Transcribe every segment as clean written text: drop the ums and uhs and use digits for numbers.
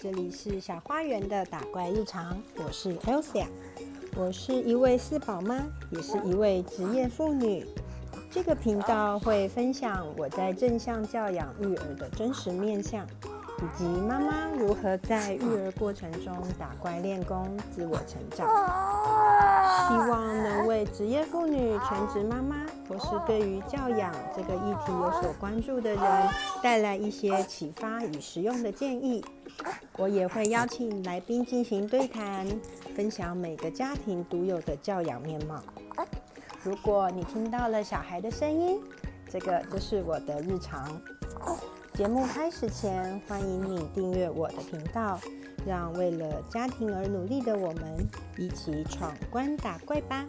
这里是小花园的打怪日常，我是 Elsa， 我是一位四宝妈，也是一位职业妇女。这个频道会分享我在正向教养育儿的真实面向，以及妈妈如何在育儿过程中打怪练功、自我成长。希望能为职业妇女、全职妈妈，或是对于教养这个议题有所关注的人，带来一些启发与实用的建议。我也会邀请来宾进行对谈，分享每个家庭独有的教养面貌。如果你听到了小孩的声音，这个就是我的日常。节目开始前，欢迎你订阅我的频道，让为了家庭而努力的我们一起闯关打怪吧。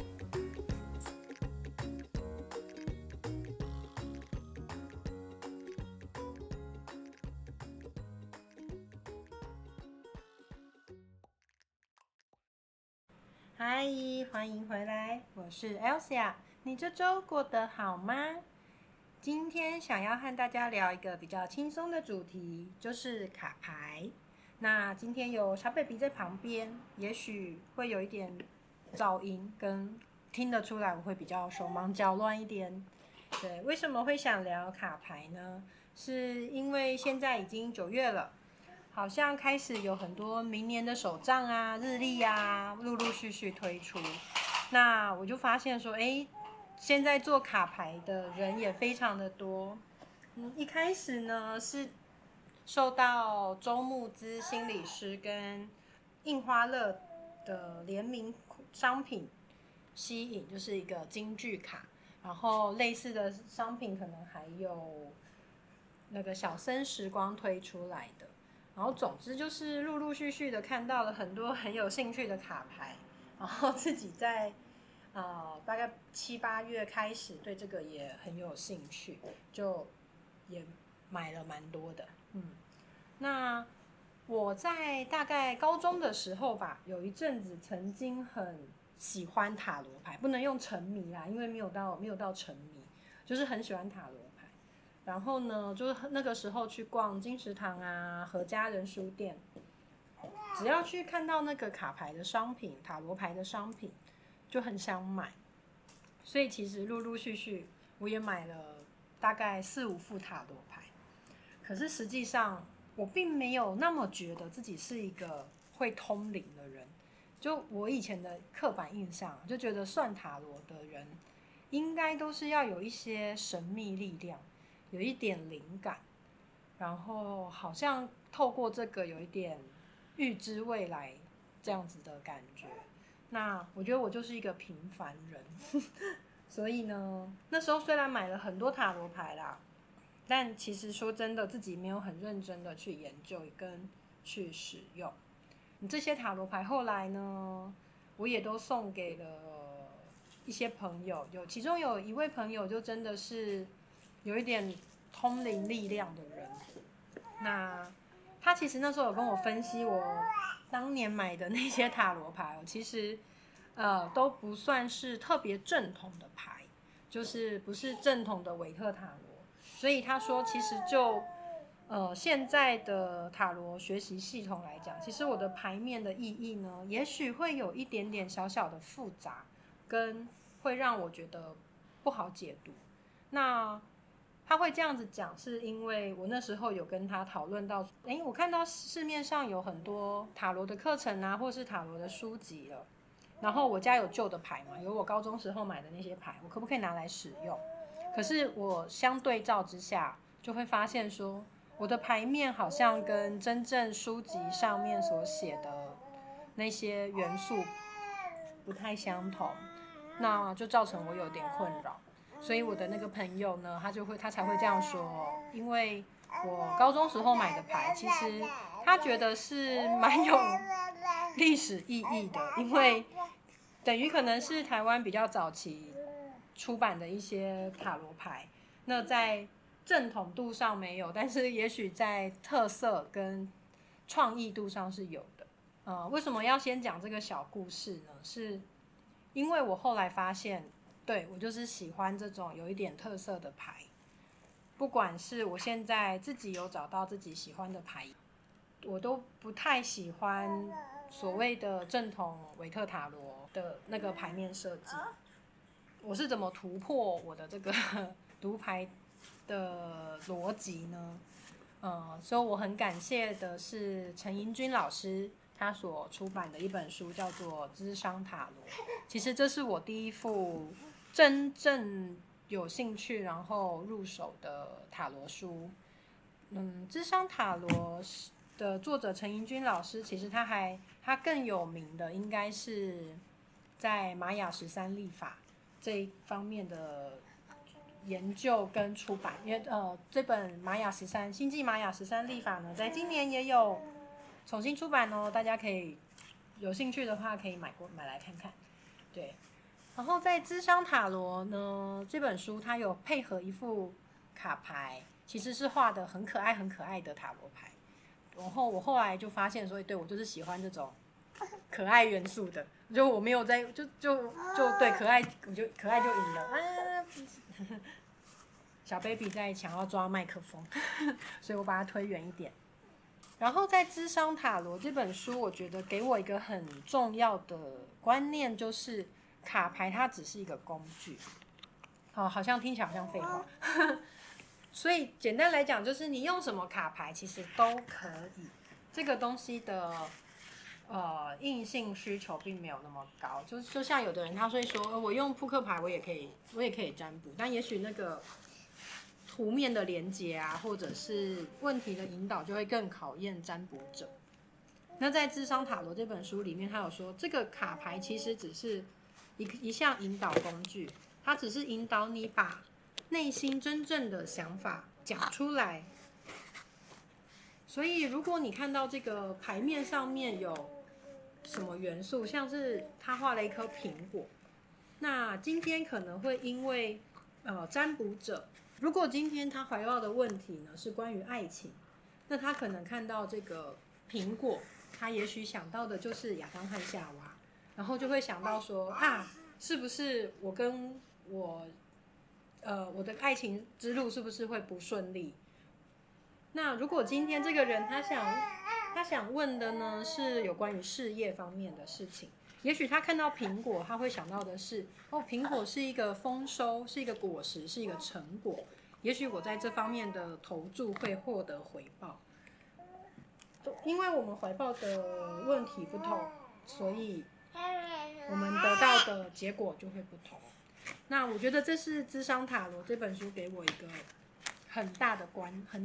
嗨，欢迎回来，我是 Elsa。你这周过得好吗？今天想要和大家聊一个比较轻松的主题，就是卡牌。那今天有小 baby 在旁边，也许会有一点噪音，跟听得出来我会比较手忙脚乱一点。对，为什么会想聊卡牌呢？是因为现在已经9月了。好像开始有很多明年的手账啊、日历啊，陆陆续续推出。那我就发现说，现在做卡牌的人也非常的多。一开始呢是受到周慕姿心理师跟印花乐的联名商品吸引，就是一个金句卡。然后类似的商品可能还有那个小森时光推出来的。然后总之就是陆陆续续的看到了很多很有兴趣的卡牌，然后自己在大概7、8月开始对这个也很有兴趣，就也买了蛮多的。那我在大概高中的时候吧，有一阵子曾经很喜欢塔罗牌，不能用沉迷啦，因为没有到沉迷，就是很喜欢塔罗牌。然后呢，就是那个时候去逛金石堂啊、何家人书店，只要去看到那个卡牌的商品、塔罗牌的商品，就很想买。所以其实陆陆续续我也买了大概4、5副塔罗牌。可是实际上我并没有那么觉得自己是一个会通灵的人。就我以前的刻板印象，就觉得算塔罗的人应该都是要有一些神秘力量，有一点灵感，然后好像透过这个有一点预知未来这样子的感觉。那我觉得我就是一个平凡人所以呢，那时候虽然买了很多塔罗牌啦，但其实说真的，自己没有很认真的去研究跟去使用。这些塔罗牌后来呢，我也都送给了一些朋友，其中有一位朋友就真的是有一点通灵力量的人。那他其实那时候有跟我分析我当年买的那些塔罗牌，其实都不算是特别正统的牌，就是不是正统的韦特塔罗。所以他说其实就现在的塔罗学习系统来讲，其实我的牌面的意义呢，也许会有一点点小小的复杂，跟会让我觉得不好解读。那他会这样子讲，是因为我那时候有跟他讨论到，我看到市面上有很多塔罗的课程啊，或是塔罗的书籍了。然后我家有旧的牌嘛，有我高中时候买的那些牌，我可不可以拿来使用？可是我相对照之下，就会发现说，我的牌面好像跟真正书籍上面所写的那些元素不太相同，那就造成我有点困扰。所以我的那个朋友呢，他才会这样说，因为我高中时候买的牌，其实他觉得是蛮有历史意义的，因为等于可能是台湾比较早期出版的一些塔罗牌，那在正统度上没有，但是也许在特色跟创意度上是有的。为什么要先讲这个小故事呢？是因为我后来发现，对，我就是喜欢这种有一点特色的牌，不管是我现在自己有找到自己喜欢的牌， 我都不太喜欢所谓的正统维特塔罗的那个牌面设计。我是怎么突破我的这个读牌的逻辑呢？所以我很感谢的是陈盈君老师他所出版的一本书，叫做《諮商塔罗》。其实这是我第一副真正有兴趣然后入手的塔罗书。諮商塔罗的作者陈盈君老师，其实他更有名的应该是在玛雅13历法这一方面的研究跟出版。因为这本星际玛雅13历法呢，在今年也有重新出版哦，大家可以有兴趣的话可以买来看看。对，然后在諮商塔罗呢这本书，它有配合一副卡牌，其实是画的很可爱很可爱的塔罗牌。然后我后来就发现说，对，我就是喜欢这种可爱元素的，就我没有在就对可爱，我就可爱就赢了啊！小 baby 在想要抓麦克风，所以我把它推远一点。然后在《諮商塔罗》这本书，我觉得给我一个很重要的观念，就是卡牌它只是一个工具。好像听起来好像废话。所以简单来讲，就是你用什么卡牌其实都可以。这个东西的硬性需求并没有那么高。就像有的人他会说，我用扑克牌我也可以占卜，但也许那个图面的连接啊，或者是问题的引导，就会更考验占卜者。那在《諮商塔罗》这本书里面，他有说，这个卡牌其实只是一项引导工具，它只是引导你把内心真正的想法讲出来。所以如果你看到这个牌面上面有什么元素，像是他画了一颗苹果，那今天可能会因为占卜者，如果今天他怀抱的问题呢是关于爱情，那他可能看到这个苹果，他也许想到的就是亚当和夏娃，然后就会想到说啊，是不是我跟我的爱情之路是不是会不顺利？那如果今天这个人他想问的呢是有关于事业方面的事情，也许他看到苹果，他会想到的是，苹果是一个丰收，是一个果实，是一个成果，也许我在这方面的投注会获得回报。因为我们怀抱的问题不同，所以我们得到的结果就会不同。那我觉得这是《諮商塔羅》这本书给我一个很大的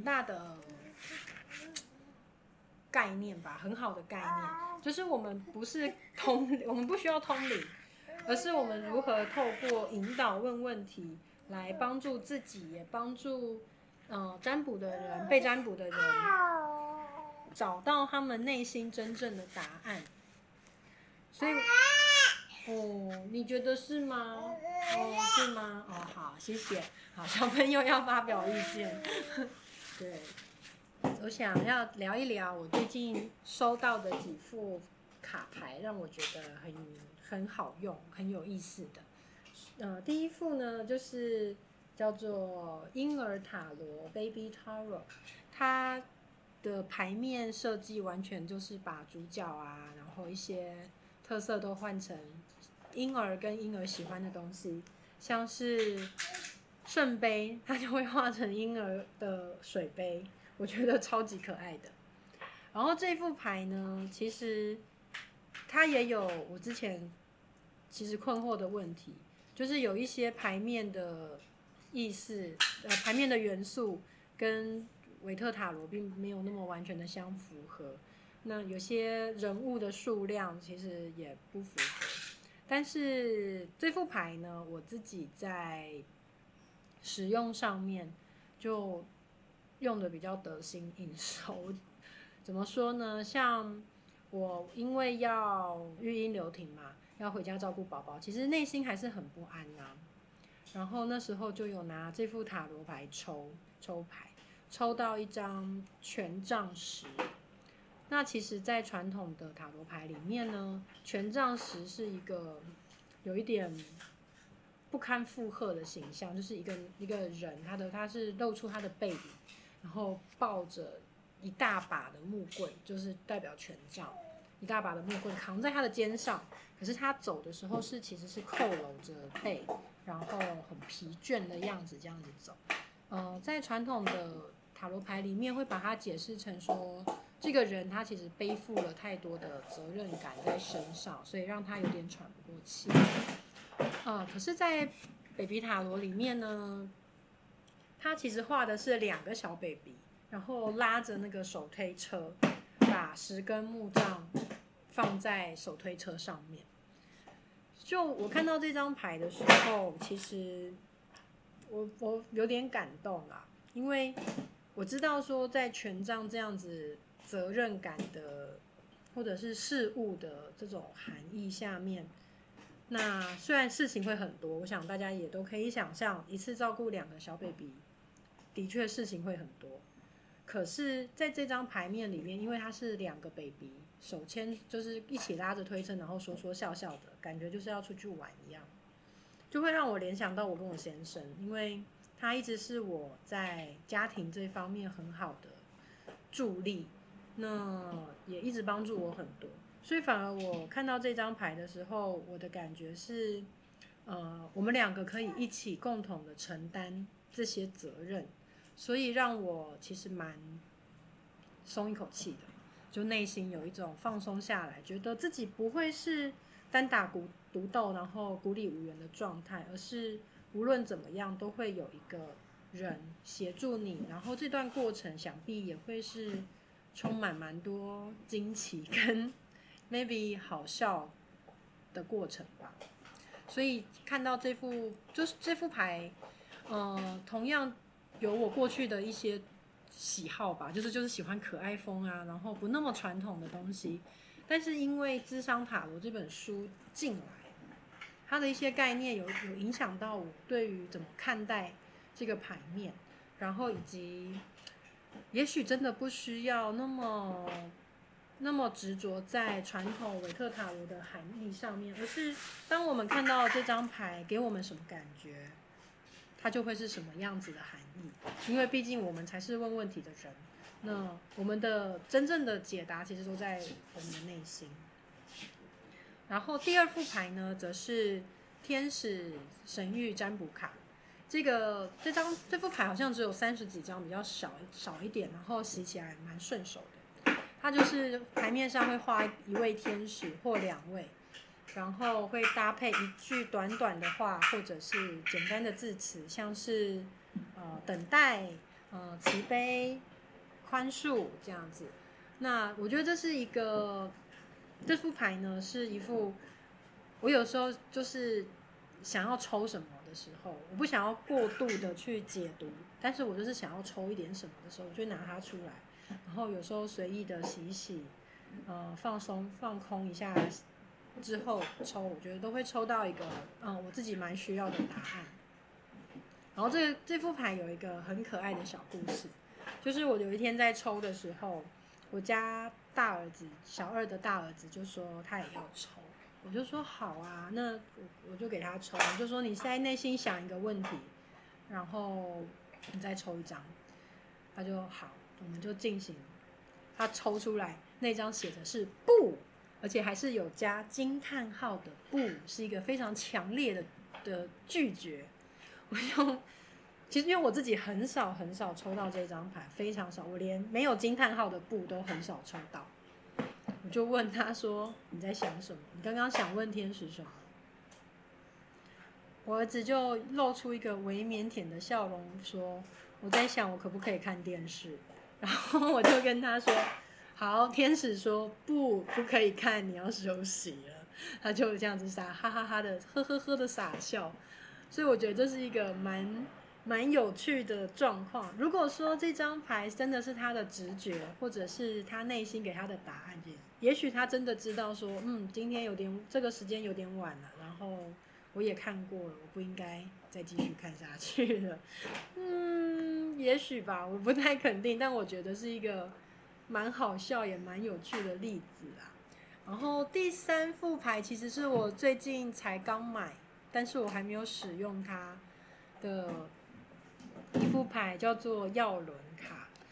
概念吧，很好的概念，就是我们不需要通灵，而是我们如何透过引导问问题来帮助自己，也帮助占卜的人、被占卜的人找到他们内心真正的答案。所以你觉得是吗？是吗？好，谢谢。好，小朋友要发表意见。对，我想要聊一聊我最近收到的几副卡牌，让我觉得很好用、很有意思的。第一副呢，就是叫做婴儿塔罗 （Baby Tarot），它的牌面设计完全就是把主角啊，然后一些特色都换成婴儿跟婴儿喜欢的东西，像是圣杯，它就会画成婴儿的水杯，我觉得超级可爱的。然后这副牌呢，其实它也有我之前其实困惑的问题，就是有一些牌面的意思，牌面的元素跟维特塔罗并没有那么完全的相符合。那有些人物的数量其实也不符合。但是这副牌呢，我自己在使用上面就用的比较得心应手。怎么说呢？像我因为要育婴留停嘛，要回家照顾宝宝，其实内心还是很不安啊。然后那时候就有拿这副塔罗牌抽牌，抽到一张权杖十。那其实在传统的塔罗牌里面呢，权杖十是一个有一点不堪负荷的形象，就是一个人，他是露出他的背影，然后抱着一大把的木棍，就是代表权杖，一大把的木棍扛在他的肩上。可是他走的时候其实是佝偻着背，然后很疲倦的样子，这样子走。在传统的塔罗牌里面会把它解释成说，这个人他其实背负了太多的责任感在身上，所以让他有点喘不过气。可是，在 baby 塔罗里面呢，他其实画的是2个小 baby， 然后拉着那个手推车，把10根木杖放在手推车上面。就我看到这张牌的时候，其实我有点感动啦，因为我知道说在权杖这样子责任感的或者是事物的这种含义下面，那虽然事情会很多，我想大家也都可以想象，一次照顾2个小 baby， 的确事情会很多。可是在这张牌面里面，因为它是2个 baby 手牵，就是一起拉着推车，然后说说笑笑的感觉，就是要出去玩一样，就会让我联想到我跟我先生，因为他一直是我在家庭这方面很好的助力，那也一直帮助我很多。所以反而我看到这张牌的时候，我的感觉是，我们2个可以一起共同的承担这些责任，所以让我其实蛮松一口气的，就内心有一种放松下来，觉得自己不会是单打独斗，然后孤立无援的状态，而是无论怎么样都会有一个人协助你，然后这段过程想必也会是充满蛮多惊奇跟 maybe 好笑的过程吧。所以看到这副牌，同样有我过去的一些喜好吧，就是喜欢可爱风啊，然后不那么传统的东西。但是因为《智商塔罗》这本书进来，它的一些概念有影响到我对于怎么看待这个牌面，然后以及也许真的不需要那么执着在传统维特塔罗的含义上面，而是当我们看到这张牌给我们什么感觉，它就会是什么样子的含义。因为毕竟我们才是问问题的人，那我们的真正的解答其实都在我们的内心。然后第2副牌呢，则是天使神谕占卜卡。这副牌好像只有30几张，比较少一点，然后洗起来蛮顺手的。它就是牌面上会画1位天使或2位，然后会搭配一句短短的话，或者是简单的字词，像是等待、慈悲、宽恕这样子。那我觉得这副牌呢是一副，我有时候就是想要抽什么的时候，我不想要过度的去解读，但是我就是想要抽一点什么的时候，我就拿它出来，然后有时候随意的洗一洗，放松放空一下之后抽，我觉得都会抽到一个我自己蛮需要的答案。然后这副牌有一个很可爱的小故事，就是我有一天在抽的时候，我家小2的大儿子就说他也要抽，我就说好啊，那我就给他抽，我就说你现在内心想一个问题，然后你再抽一张，他就好，我们就进行。他抽出来那张写的是不，而且还是有加惊叹号的不，是一个非常强烈的拒绝。其实因为我自己很少抽到这张牌，非常少，我连没有惊叹号的不都很少抽到。我就问他说：“你在想什么？你刚刚想问天使什么？”我儿子就露出一个微腼腆的笑容，说：“我在想我可不可以看电视。”然后我就跟他说：“好。”天使说：“不可以看，你要休息了。”他就这样子哈哈哈的呵呵呵的傻笑。所以我觉得这是一个蛮有趣的状况。如果说这张牌真的是他的直觉，或者是他内心给他的答案，也许他真的知道说，今天这个时间有点晚了，然后我也看过了，我不应该再继续看下去了。也许吧，我不太肯定，但我觉得是一个蛮好笑也蛮有趣的例子啦。然后第3副牌其实是我最近才刚买，但是我还没有使用它的一副牌，叫做药轮卡。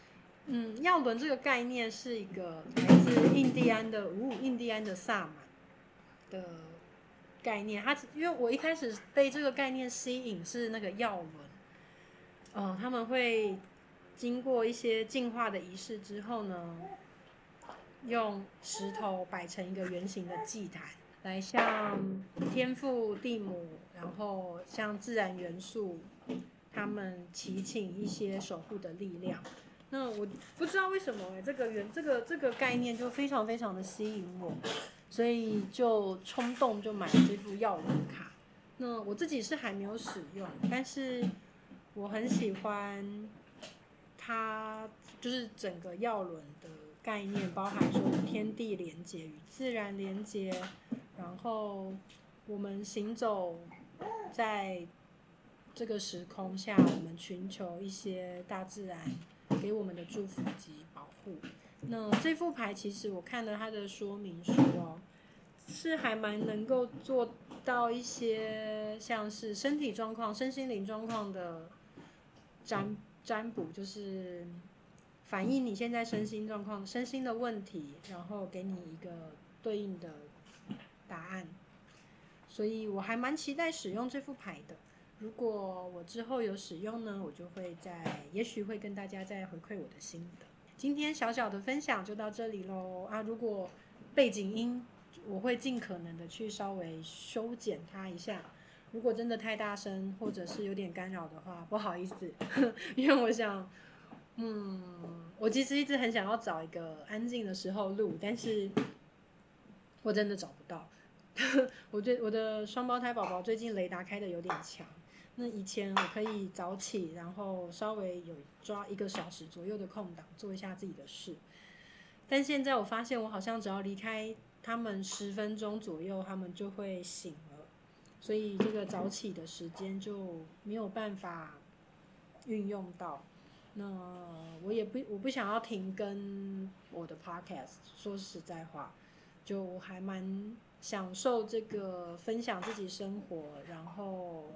药轮这个概念是一个来自印第安的萨满的概念。因为我一开始被这个概念吸引是那个药轮，他们会经过一些净化的仪式之后呢，用石头摆成一个圆形的祭坛，来向天父地母，然后向自然元素，他们祈请一些守护的力量。那我不知道为什么这个概念就非常非常的吸引我，所以就冲动就买了这副药轮卡。那我自己是还没有使用，但是我很喜欢它，就是整个药轮的概念，包含说天地连接与自然连接，然后我们行走在这个时空下，我们寻求一些大自然给我们的祝福及保护。那这副牌其实我看了它的说明书是还蛮能够做到一些像是身体状况、身心灵状况的占卜，就是反映你现在身心状况、身心的问题，然后给你一个对应的答案。所以我还蛮期待使用这副牌的。如果我之后有使用呢，我就会也许会跟大家再回馈我的心得。今天小小的分享就到这里咯如果背景音我会尽可能的去稍微修剪它一下，如果真的太大声或者是有点干扰的话，不好意思，因为我想，我其实一直很想要找一个安静的时候录，但是我真的找不到。我的双胞胎宝宝最近雷达开的有点强。那以前我可以早起，然后稍微有抓1个小时左右的空档，做一下自己的事。但现在我发现，我好像只要离开他们10分钟左右，他们就会醒了，所以这个早起的时间就没有办法运用到。那我不想要停更我的 podcast， 说实在话，就我还蛮享受这个分享自己生活，然后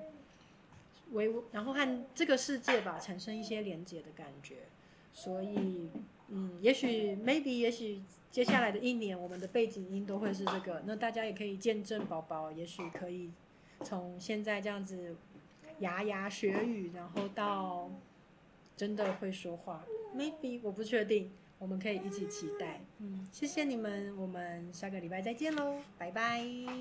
和这个世界吧产生一些连结的感觉。所以也许接下来的1年我们的背景音都会是这个，那大家也可以见证宝宝也许可以从现在这样子牙牙学语，然后到真的会说话， maybe 我不确定，我们可以一起期待。谢谢你们，我们下个礼拜再见咯，拜拜。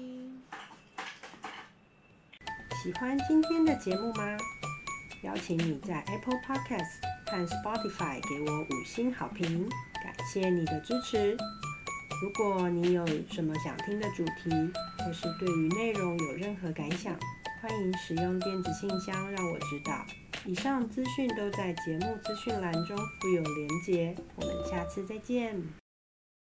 喜欢今天的节目吗？邀请你在 Apple Podcast 和 Spotify 给我5星好评，感谢你的支持。如果你有什么想听的主题，或是对于内容有任何感想，欢迎使用电子信箱让我知道。以上资讯都在节目资讯栏中附有连结，我们下次再见。